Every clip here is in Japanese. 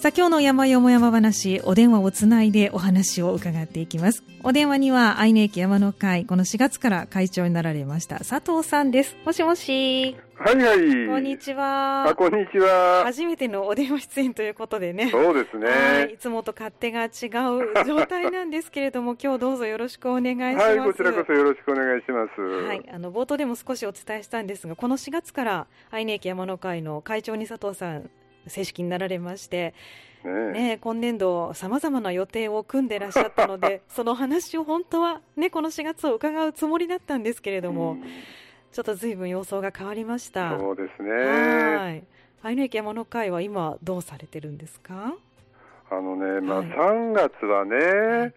さあ今日の山よも山話、お電話をつないでお話を伺っていきます。お電話には愛媛駅山の会、この4月から会長になられました佐藤さんです。もしもし。 はいはい。 こんにちは。 こんにちは。 初めてのお電話出演ということでね。 そうですね。 はい。いつもと勝手が違う状態なんですけれども、今日どうぞよろしくお願いします。 はい、こちらこそよろしくお願いします。 はい。冒頭でも少しお伝えしたんですが、この4月から愛媛駅山の会の会長に佐藤さん、正式になられまして、ね、今年度さまざまな予定を組んでいらっしゃったのでその話を本当は、ね、この4月を伺うつもりだったんですけれども、ちょっと随分様相が変わりました。 そうですね。 はい。愛媛駅山の会は今どうされてるんですか ？3月はね、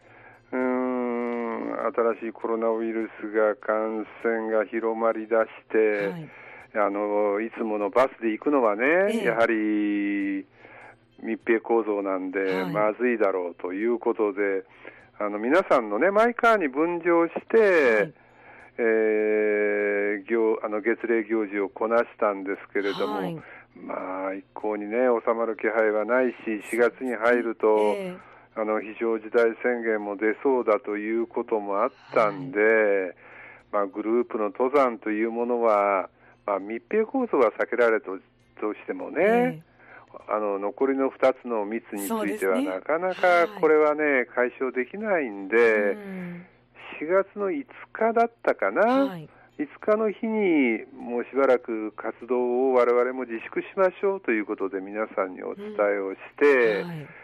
新しいコロナウイルスが感染が広まりだして、いつものバスで行くのはね、やはり密閉構造なんで、まずいだろうということで、皆さんのね、マイカーに分乗して、月例行事をこなしたんですけれども、一向にね、収まる気配はないし、4月に入ると、非常事態宣言も出そうだということもあったんで、グループの登山というものは、密閉構造は避けられとしてもね、残りの2つの密についてはなかなかこれはね、解消できないんで、4月の5日だったかな、5日の日にもうしばらく活動を我々も自粛しましょうということで皆さんにお伝えをして、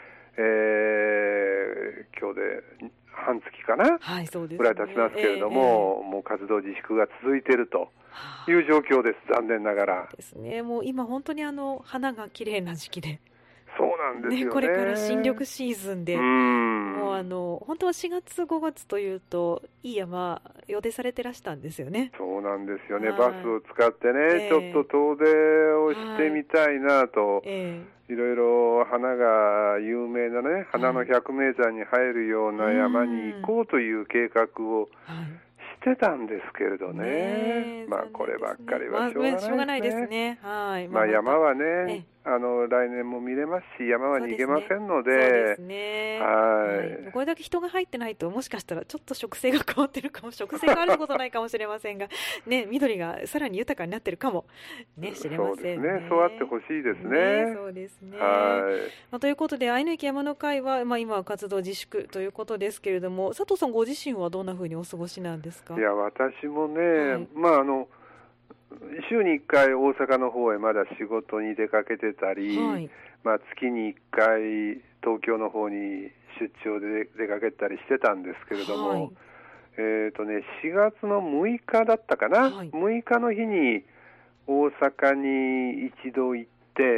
今日で半月かな、ぐらい経ちますけれども、もう活動自粛が続いているという状況です。残念ながらですね。もう今本当に花が綺麗な時期で、 そうなんですよね。 これから新緑シーズンで、もう本当は4月5月というといい山予定されてらしたんですよね。 そうなんですよね。バスを使ってね、ちょっと遠出をしてみたいなと、いろいろ花が有名なね、花の百名山に入るような山に行こうという計画をしてたんですけれどね、こればっかりはしょうがないですね。山はね、来年も見れますし、山は逃げませんので、 これだけ人が入ってないと、もしかしたらちょっと植生が変わってるかも、植生があることないかもしれませんが、ね、緑がさらに豊かになってるかも、ね、しれませんね。 そうですね。そうあってほしいですね。 そうですね。ということで、愛媛駅山の会は、今は活動自粛ということですけれども、佐藤さんご自身はどんなふうにお過ごしなんですか？ いや、私もね、週に1回大阪の方へまだ仕事に出かけてたり、月に1回東京の方に出張で出かけたりしてたんですけれども、4月の6日だったかな、6日の日に大阪に一度行って、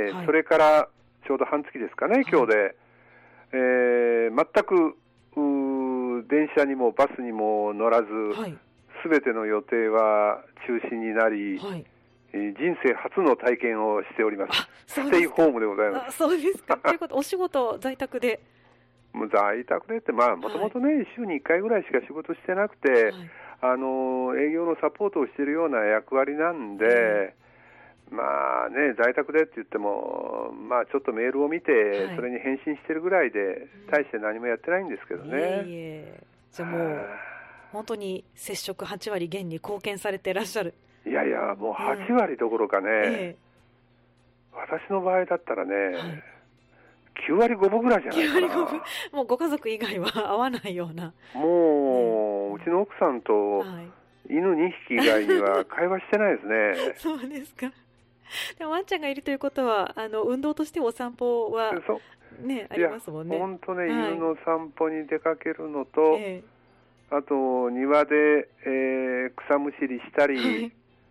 それからちょうど半月ですかね、今日で、全く電車にもバスにも乗らず、すべての予定は中止になり、人生初の体験をしております。ステイホームでございます。 そうですか。ということ、お仕事在宅で？ 在宅でって、もともとね、週に1回ぐらいしか仕事してなくて、営業のサポートをしているような役割なんで、在宅でって言っても、ちょっとメールを見て、それに返信してるぐらいで、大して何もやってないんですけどね。 じゃあもう、本当に接触8割減に貢献されていらっしゃる。 いやいや、もう8割どころかね、私の場合だったらね、9割5分ぐらいじゃないかな。 もうご家族以外は会わないような。 もう、うちの奥さんと犬2匹以外には会話してないですね。 そうですか。でもワンちゃんがいるということは、運動としてお散歩は、ね、ありますもんね。 本当ね、犬の散歩に出かけるのと、あと庭で、草むしりしたり、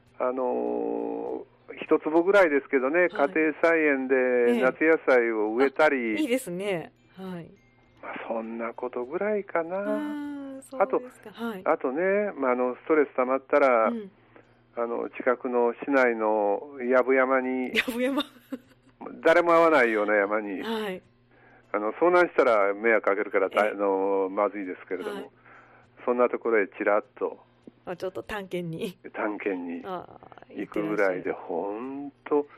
一坪ぐらいですけどね、家庭菜園で夏野菜を植えたり、 いいですね。 そんなことぐらいかな。あとね、ストレス溜まったら、近くの市内の藪山に、誰も会わないような山に、遭難したら迷惑かけるからまずいですけれども、そんなところへちらっとちょっと探検に行くぐらいで、本当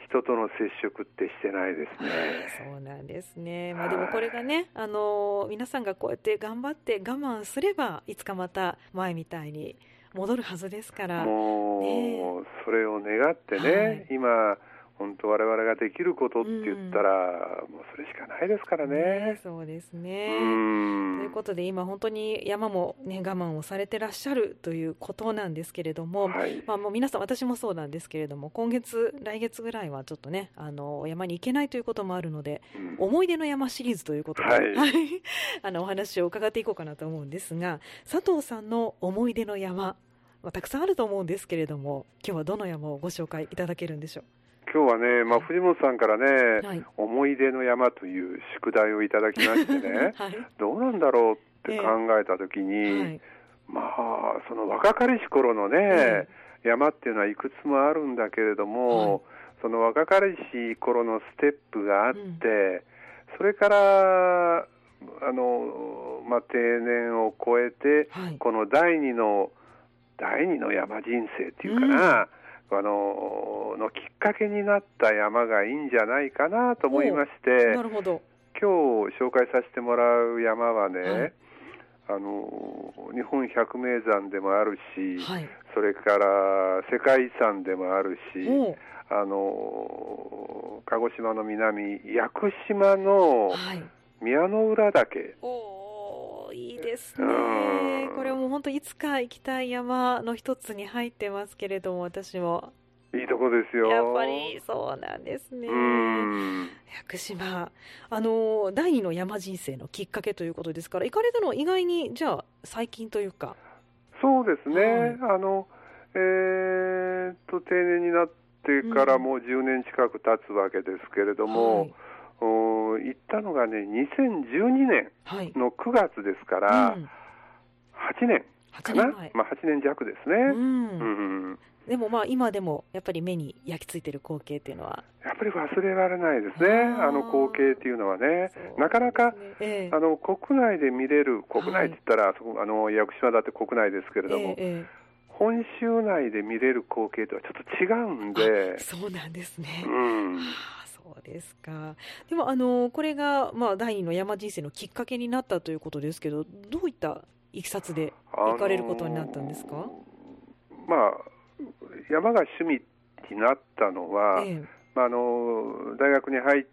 人との接触ってしてないですね。 そうなんですね。でもこれがね、皆さんがこうやって頑張って我慢すれば、いつかまた前みたいに戻るはずですから。 もう、それを願ってね、今、本当我々ができることって言ったら、もうそれしかないですからね。 そうですね。ということで今本当に山も、我慢をされてらっしゃるということなんですけれども、もう皆さん、私もそうなんですけれども、来月ぐらいはちょっとね、山に行けないということもあるので、思い出の山シリーズということで、お話を伺っていこうかなと思うんですが、佐藤さんの思い出の山、たくさんあると思うんですけれども、今日はどの山をご紹介いただけるんでしょう。 今日はね、藤本さんからね、思い出の山という宿題をいただきましてね、どうなんだろうって考えたときに、その若かりし頃のね、山っていうのはいくつもあるんだけれども、その若かりし頃のステップがあって、それから定年を超えて、この第二の山人生っていうかな、のきっかけになった山がいいんじゃないかなと思いまして、今日紹介させてもらう山はね、日本百名山でもあるし、それから世界遺産でもあるし、鹿児島の南屋久島の宮之浦岳、 いいですね。これも本当いつか行きたい山の一つに入ってますけれども、私もいいとこですよ。 やっぱりそうなんですね。屋久島、第二の山人生のきっかけということですから、行かれたのは意外にじゃあ最近というか。 そうですね。定年になってからもう10年近く経つわけですけれども、行ったのがね、2012年の9月ですから、8年かな、8年弱ですね。 でも今でもやっぱり目に焼き付いてる光景っていうのはやっぱり忘れられないですね。光景っていうのはね、なかなか、国内で見れる、国内って言ったら、屋久島だって国内ですけれども、本州内で見れる光景とはちょっと違うんで。 そうなんですね。そうですか。でもこれが、第二の山人生のきっかけになったということですけど、どういったいきさつで行かれることになったんですか？ 山が趣味になったのは、大学に入って、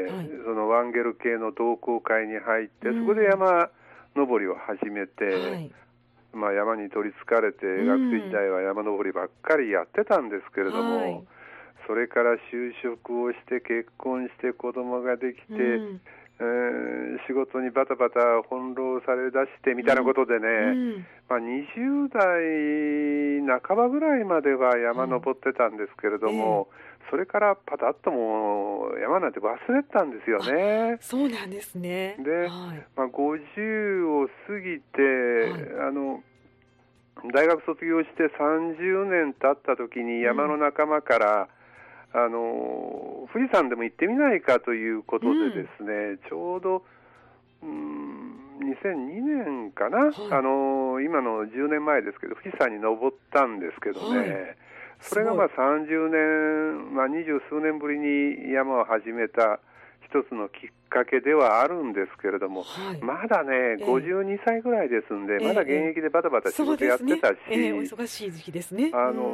そのワンゲル系の同好会に入って、そこで山登りを始めて、山に取りつかれて、学生時代は山登りばっかりやってたんですけれども、それから就職をして結婚して子供ができて、仕事にバタバタ翻弄されだしてみたいなことでね、20代半ばぐらいまでは山登ってたんですけれども、それからパタッともう山なんて忘れてたんですよね。 そうなんですね。 で、50を過ぎて、大学卒業して30年経った時に山の仲間から、富士山でも行ってみないかということでですね、ちょうど、2002年かな、今の10年前ですけど、富士山に登ったんですけどね、それが30年、20数年ぶりに山を始めた一つのきっかけではあるんですけれども、まだね、52歳ぐらいですんで、まだ現役でバタバタ仕事やってたし、 お忙しい時期ですね。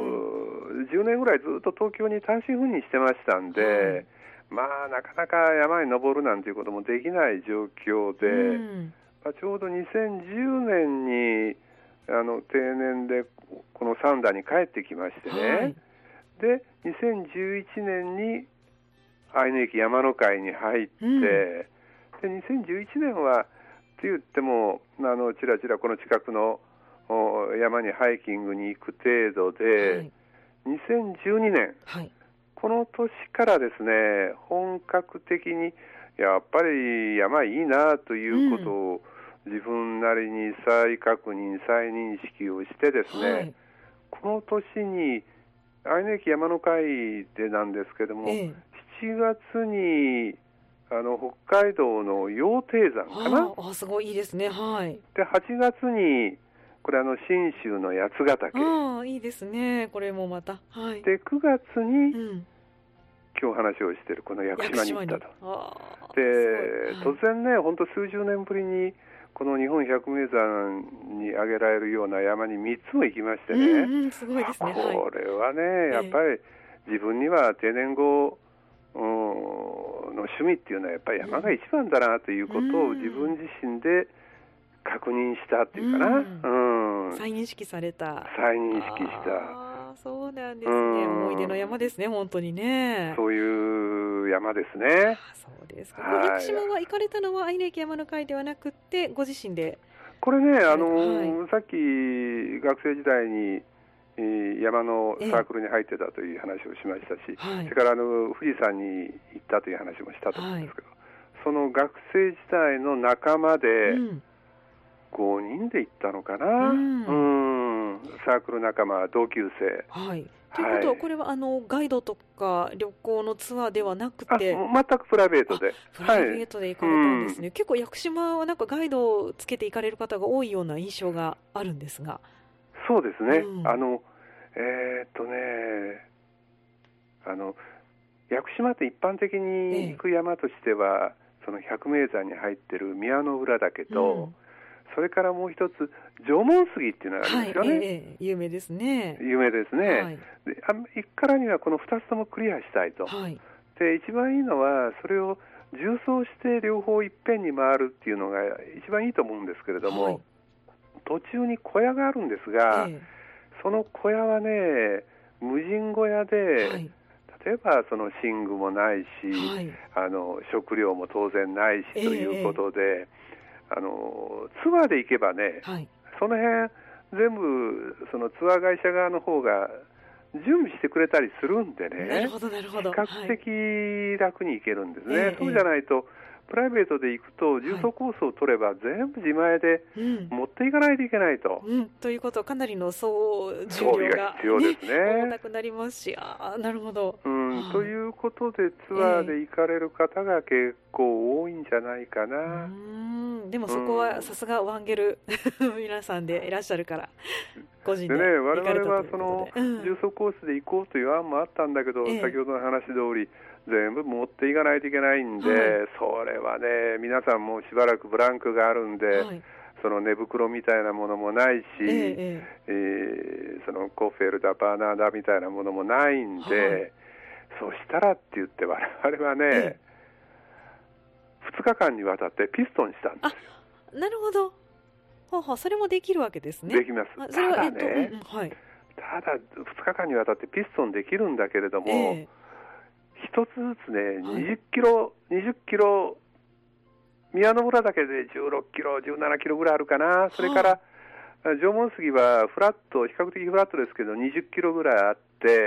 10年ぐらいずっと東京に単身赴任してましたんで、なかなか山に登るなんていうこともできない状況で、ちょうど2010年に定年でこの三田に帰ってきましてね、で2011年に愛媛駅山の会に入って、で2011年はと言ってもちらちらこの近くの山にハイキングに行く程度で、2012年、この年からですね、本格的にやっぱり山いいなということを自分なりに再確認、再認識をしてですね、この年に愛媛駅山の会でなんですけども、7月に北海道の羊蹄山かな、 すごいいいですね。で 8月にこれ信州の八ヶ岳、 いいですね、これもまた。 で9月に、 今日話をしているこの屋久島に行ったと。で、突然ね、本当数十年ぶりにこの日本百名山に挙げられるような山に3つも行きましてね、 すごいですね。 これはね、やっぱり自分には定年後の趣味っていうのはやっぱり山が一番だなということを自分自身で確認したっていうかな、 再認識された。 再認識した。 そうなんですね。思い出の山ですね、本当にね。 そういう山ですね。 そうですか。屋久島は行かれたのは愛媛駅山の会ではなくてご自身で。 これね、さっき学生時代に山のサークルに入ってたという話をしましたし、それから富士山に行ったという話もしたと思うんですけど、その学生時代の仲間で5人で行ったのかな、サークル仲間、同級生。 ということは、これはガイドとか旅行のツアーではなくて、 全くプライベートで。 プライベートで行かれたんですね。結構屋久島はなんかガイドをつけて行かれる方が多いような印象があるんですが。 そうですね。屋久島って一般的に行く山としては、その百名山に入ってる宮之浦岳と、それからもう一つ縄文杉っていうのがあるんですよね。 有名ですね。 有名ですね。で、行くからにはこの2つともクリアしたいと。で、一番いいのはそれを縦走して両方いっぺんに回るっていうのが一番いいと思うんですけれども、途中に小屋があるんですが、その小屋はね、無人小屋で、例えばその寝具もないし、食料も当然ないしということで、ツアーで行けばね、その辺全部そのツアー会社側の方が準備してくれたりするんでね、比較的楽に行けるんですね。そうじゃないとプライベートで行くと縦走コースを取れば全部自前で持っていかないといけないと。 ということはかなりの総重量が必要ですね。 重たくなりますし、なるほど。 ということでツアーで行かれる方が結構多いんじゃないかな。 でもそこはさすがワンゲル皆さんでいらっしゃるから個人で我々はその縦走コースで行こうという案もあったんだけど、先ほどの話通り全部持っていかないといけないんで、それはね、皆さんもしばらくブランクがあるんで、その寝袋みたいなものもないし、そのコッフェルだバーナーだみたいなものもないんで、そしたらって言って我々はね、2日間にわたってピストンしたんですよ。 なるほど。それもできるわけですね。 できます。ただね、ただ2日間にわたってピストンできるんだけれども、一つずつね、20キロ宮之浦岳で16キロ17キロぐらいあるかな。それから縄文杉は比較的フラットですけど20キロぐらいあって、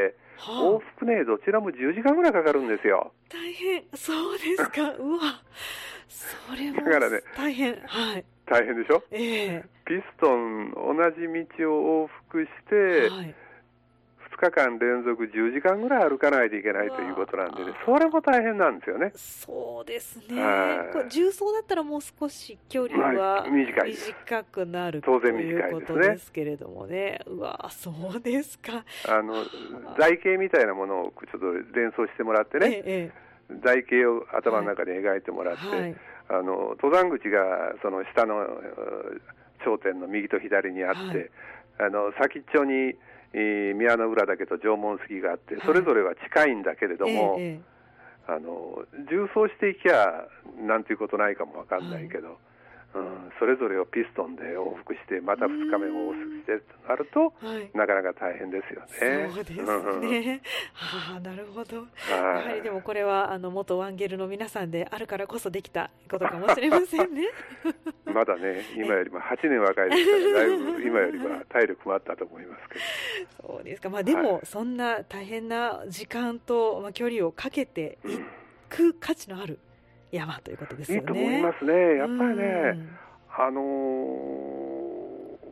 往復ね、どちらも10時間ぐらいかかるんですよ。 大変。そうですか。うわ、それも大変。 大変でしょ。ピストン同じ道を往復して、2日間連続10時間ぐらい歩かないといけないということなんでね、それも大変なんですよね。 そうですね。これ縦走だったらもう少し距離は短くなるということですけれどもね。うわ、そうですか。 台形みたいなものをちょっと連想してもらってね、台形を頭の中で描いてもらって、登山口がその下の頂点の右と左にあって、先っちょに宮之浦岳と縄文杉があって、それぞれは近いんだけれども、縦走していきゃなんていうことないかもわかんないけど、それぞれをピストンで往復してまた2日目も往復してとなると、なかなか大変ですよね。 そうですね。なるほど。やはりでもこれは元ワンゲルの皆さんであるからこそできたことかもしれませんね。 まだね、今よりも8年若いですから、だいぶ今よりは体力もあったと思いますけど。そうですか。でもそんな大変な時間と距離をかけていく価値のある山ということですよね。 いいと思いますね。やっぱりね、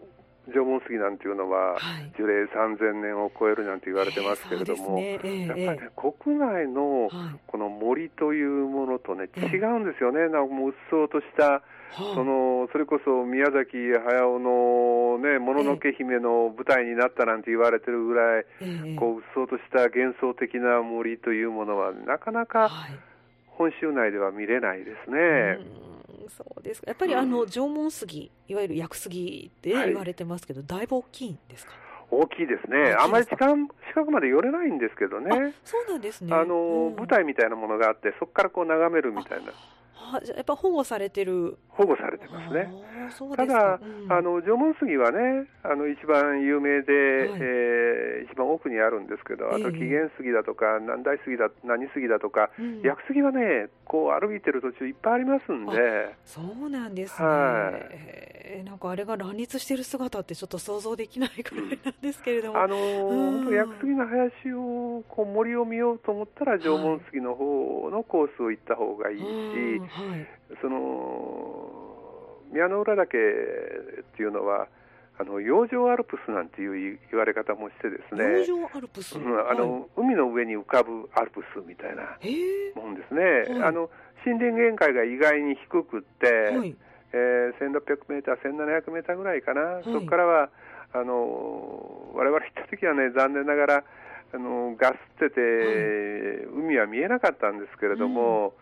縄文杉なんていうのは、樹齢3000年を超えるなんて言われてますけれども、やっぱりね、国内のこの森というものとね、違うんですよね。なんかもううっそうとした、それこそ宮崎駿のね、もののけ姫の舞台になったなんて言われてるぐらい、こううっそうとした幻想的な森というものはなかなか本州内では見れないですね。 そうですか。やっぱり縄文杉、いわゆる屋久杉って言われてますけど、だいぶ大きいんですか？ 大きいですね。あまり近くまで寄れないんですけどね。 そうなんですね。 舞台みたいなものがあって、そこからこう眺めるみたいな。 じゃあやっぱ保護されてますね。ただ、縄文杉はね、一番有名で、一番奥にあるんですけど、あと紀元杉だとか、何杉だとか、屋久杉はね、こう歩いてる途中いっぱいありますんで。 そうなんですね。なんかあれが乱立してる姿ってちょっと想像できないくらいなんですけれども。 本当屋久杉の林を、森を見ようと思ったら、縄文杉の方のコースを行った方がいいし、宮之浦岳っていうのは洋上アルプスなんていう言われ方もしてですね、 洋上アルプス、 海の上に浮かぶアルプスみたいなもんですね。森林限界が意外に低くって、1600メーター、1700メーターぐらいかな、そこからは我々行った時はね、残念ながらガスってて、海は見えなかったんですけれども、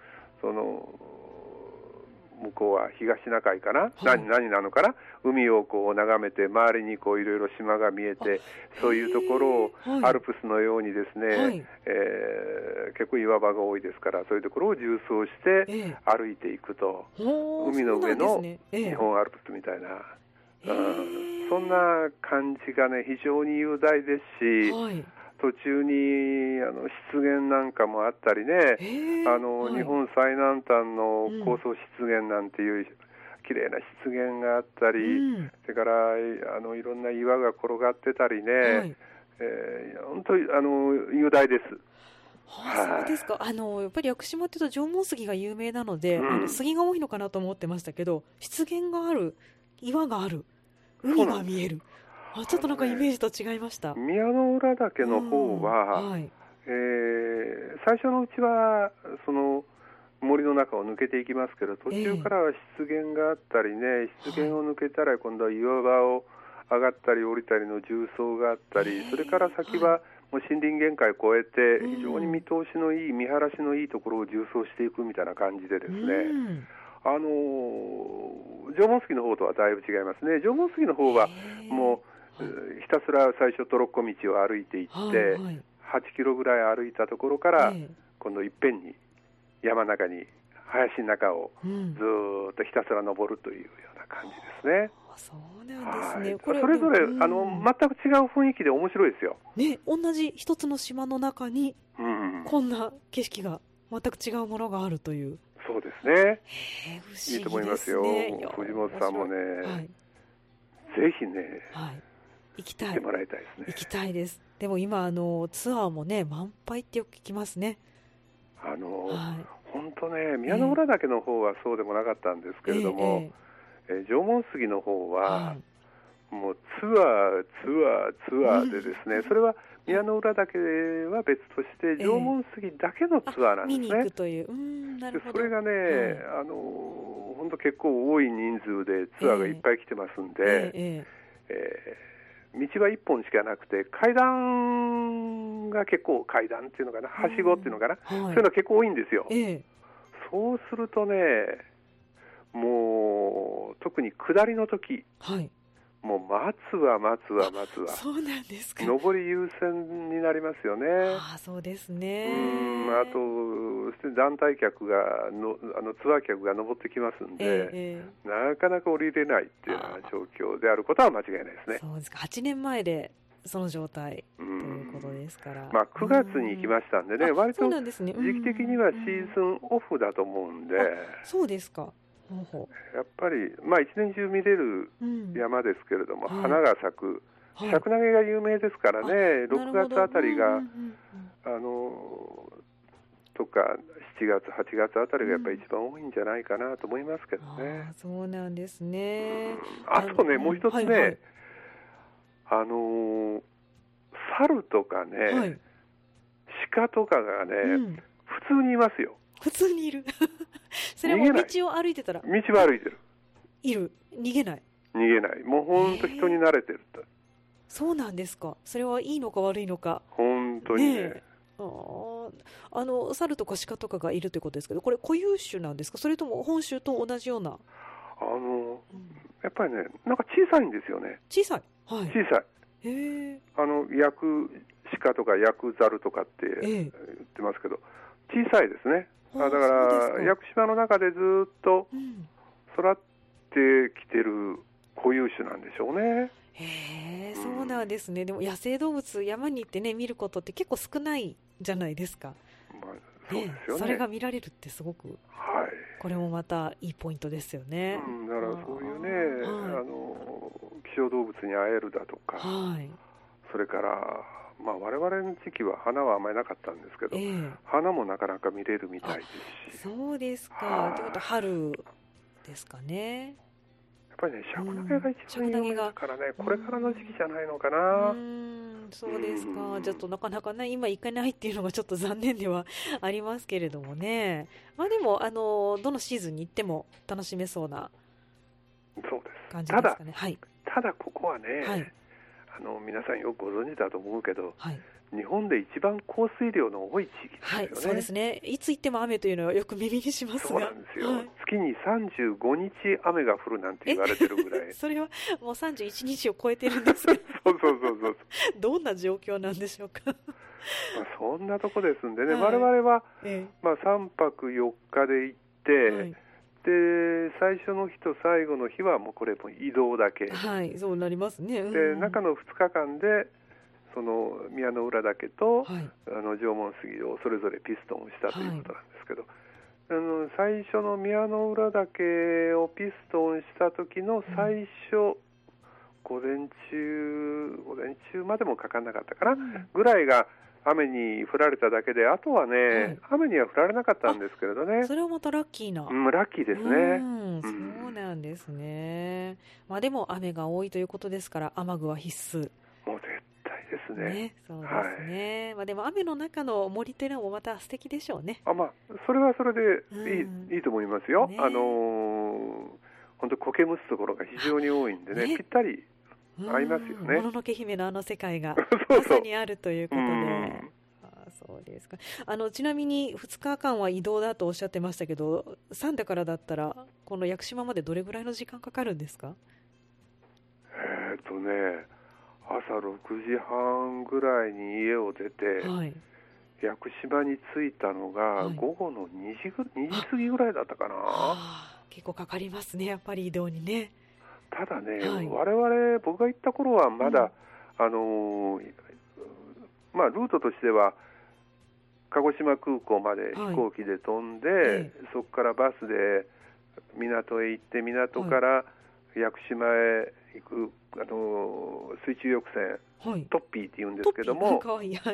向こうは東シナ海かな、何なのかな、海をこう眺めて、周りにこういろいろ島が見えて、そういうところをアルプスのようにですね、結構岩場が多いですから、そういうところを縦走して歩いていくと、海の上の日本アルプスみたいな、そんな感じがね、非常に雄大ですし、途中に湿原なんかもあったりね、日本最南端の高層湿原なんていう綺麗な湿原があったり、それからいろんな岩が転がってたりね、本当に雄大です。 そうですか。やっぱり屋久島っていうと縄文杉が有名なので、杉が多いのかなと思ってましたけど、湿原がある、岩がある、海が見える、ちょっとなんかイメージと違いました。 宮之浦岳の方は、最初のうちはその森の中を抜けていきますけど、途中からは湿原があったりね、湿原を抜けたら今度は岩場を上がったり降りたりの重走があったり、それから先はもう森林限界を越えて、非常に見通しのいい、見晴らしのいいところを重走していくみたいな感じでですね、縄文杉の方とはだいぶ違いますね。縄文杉の方はもうひたすら最初トロッコ道を歩いていって、8キロぐらい歩いたところから、今度いっぺんに山の中に、林の中をずっとひたすら登るというような感じですね。 そうなんですね。 それぞれ全く違う雰囲気で面白いですよ。 ね、同じ一つの島の中に、こんな景色が全く違うものがあるという。 そうですね。 いいと思いますよ。藤本さんもね、ぜひね、 行きたい。 行ってもらいたいですね。 行きたいです。でも今ツアーもね、満杯ってよく聞きますね。 本当ね、宮之浦岳の方はそうでもなかったんですけれども、縄文杉の方は、もうツアーでですね、それは宮之浦岳は別として縄文杉だけのツアーなんですね。 見に行くという。なるほど。 それがね、本当結構多い人数でツアーがいっぱい来てますんで、道は一本しかなくて、階段が結構、階段っていうのかな、はしごっていうのかな、そういうの結構多いんですよ。そうするとね、もう特に下りの時、もう待つわ。 そうなんですか。 上り優先になりますよね。 そうですね。 あと団体客がツアー客が登ってきますんで、なかなか降りれないっていうような状況であることは間違いないですね。 そうですか。8年前でその状態ということですから。 9月に行きましたんでね、割と時期的にはシーズンオフだと思うんで。 そうですか。 やっぱり一年中見れる山ですけれども、花が咲く、シャクナゲが有名ですからね、6月あたりがとか7月8月あたりがやっぱり一番多いんじゃないかなと思いますけどね。 そうなんですね。 あとね、もう一つね、 猿とかね、はい、鹿とかがね、普通にいますよ。 普通にいるそれも道を歩いてたら、 道を歩いてる、 いる、逃げない、 もう本当人に慣れてると。 そうなんですか。それはいいのか悪いのか、 本当にね。 猿とか鹿とかがいるということですけど、これ固有種なんですか、それとも本種と同じような。 やっぱりね、なんか小さいんですよね。 小さい、はい、 小さい。ヤク鹿とかヤクザルとかって言ってますけど、小さいですね。だから屋久島の中でずっと育ってきてる固有種なんでしょうね。 へえ、そうなんですね。でも野生動物山に行ってね見ることって結構少ないじゃないですか。 そうですよね。 それが見られるってすごく、はい、これもまたいいポイントですよね。 だからそういうね、希少動物に会えるだとか、それから我々の時期は花はあまりなかったんですけど、花もなかなか見れるみたいですし。 そうですか。ということは春ですかね。 やっぱりね、シャクナゲが一番有名ですからね、これからの時期じゃないのかな。 そうですか。ちょっとなかなかね、今行かないっていうのがちょっと残念ではありますけれどもね。でもどのシーズンに行っても楽しめそうな感じですかね。 ただここはね、皆さんよくご存知だと思うけど、日本で一番降水量の多い地域ですよね。 そうですね。いつ行っても雨というのはよく耳にしますが。 そうなんですよ。月に35日雨が降るなんて言われてるぐらい。 それはもう31日を超えてるんですか。 そうどんな状況なんでしょうか。 そんなとこですんでね、我々は、3泊4日で行って、で最初の日と最後の日はもうこれも移動だけ、 そうなりますね。 で中の2日間でその宮之浦岳と、縄文杉をそれぞれピストンをしたということなんですけど、最初の宮之浦岳をピストンした時の最初、午前中までもかかんなかったかな、ぐらいが雨に降られただけで、あとはね、雨には降られなかったんですけれどね。 それはまたラッキーな、 ラッキーですね。 そうなんですね。でも雨が多いということですから雨具は必須。 もう絶対ですね。 そうですね。でも雨の中の森というのもまた素敵でしょうね。 それはそれでいいと思いますよ。本当苔むすところが非常に多いんでね、ぴったり合いますよね。 もののけ姫の世界がまさにあるということで。そうですか。ちなみに2日間は移動だとおっしゃってましたけど、三田からだったらこの屋久島までどれぐらいの時間かかるんですか？ 朝6時半ぐらいに家を出て、屋久島に着いたのが午後の2時過ぎぐらいだったかな。 結構かかりますね、やっぱり移動にね。 ただね、僕が行った頃はまだ、ルートとしては鹿児島空港まで飛行機で飛んで、そこからバスで港へ行って、港から屋久島へ行く水中翼船、トッピーって言うんですけども、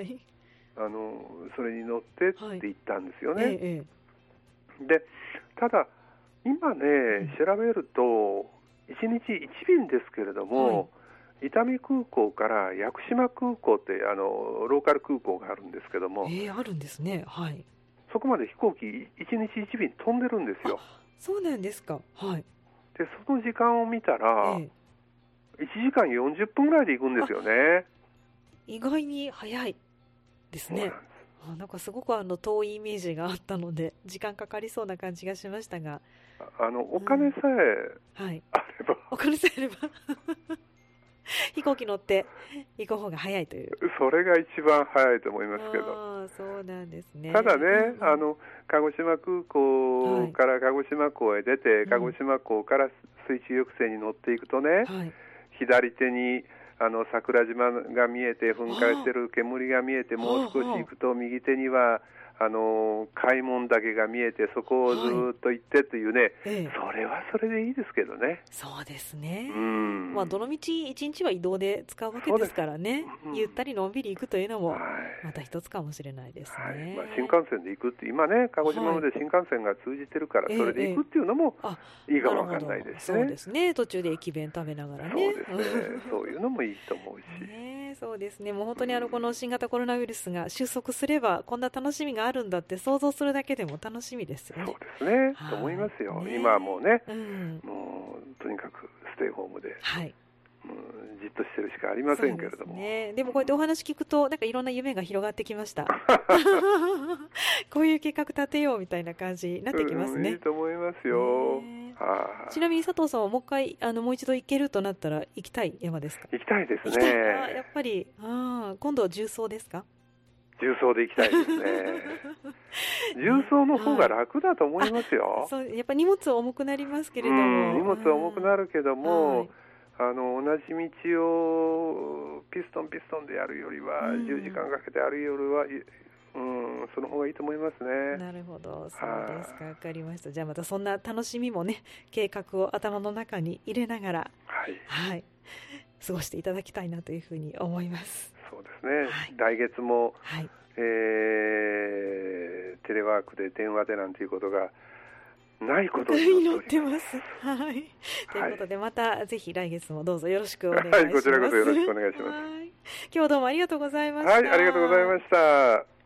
それに乗ってって行ったんですよね。でただ今ね、調べると1日1便ですけれども、伊丹空港から屋久島空港ってローカル空港があるんですけども、 あるんですね。 そこまで飛行機1日1便飛んでるんですよ。 そうなんですか。 でその時間を見たら、1時間40分ぐらいで行くんですよね。意外に早いですね。なんかすごく遠いイメージがあったので時間かかりそうな感じがしましたが、 お金さえあれば、 お金さえあれば飛行機乗って行く方が早いという。 それが一番早いと思いますけど。 そうなんですね。 ただね、鹿児島空港から鹿児島港へ出て、鹿児島港から水中翼船に乗っていくとね、左手に桜島が見えて、噴火してる煙が見えて、もう少し行くと右手には開門だけが見えてそこをずっと行ってというね、 はい、 それはそれでいいですけどね。 そうですね。まあ、どの道一日は移動で使うわけですからね、ゆったりのんびり行くというのもまた一つかもしれないですね。 はい、まあ、新幹線で行くって今ね、鹿児島まで新幹線が通じてるから、それで行くっていうのもいいかもわかんないですね。 そうですね。途中で駅弁食べながらね。 そうですね。そういうのもいいと思うし。 そうですね。もう本当にこの新型コロナウイルスが収束すればこんな楽しみがあるんだって想像するだけでも楽しみですよね。 そうですね。と思いますよ。今はもうね、もうとにかくステイホームで。はい。じっとしてるしかありませんけれども。 でもこうやってお話聞くとなんかいろんな夢が広がってきました。こういう計画立てようみたいな感じになってきますね。 いいと思いますよ。 ちなみに佐藤さんはもう一度行けるとなったら行きたい山ですか？ 行きたいですね。 やっぱり今度は重曹ですか？ 重曹で行きたいですね。重曹の方が楽だと思いますよ。 そうやっぱ荷物重くなりますけれども。 荷物重くなるけども。同じ道をピストンでやるよりは、10時間かけて歩るよりは、その方がいいと思いますね。 なるほど、そうですか、わかりました。じゃあまたそんな楽しみもね、計画を頭の中に入れながら、はい、過ごしていただきたいなというふうに思います。 そうですね。来月も、テレワークで電話でなんていうことがないことを祈ってます。 はい。ということで、またぜひ来月もどうぞよろしくお願いします。 はい、こちらこそよろしくお願いします。 今日はどうもありがとうございました。 はい、ありがとうございました。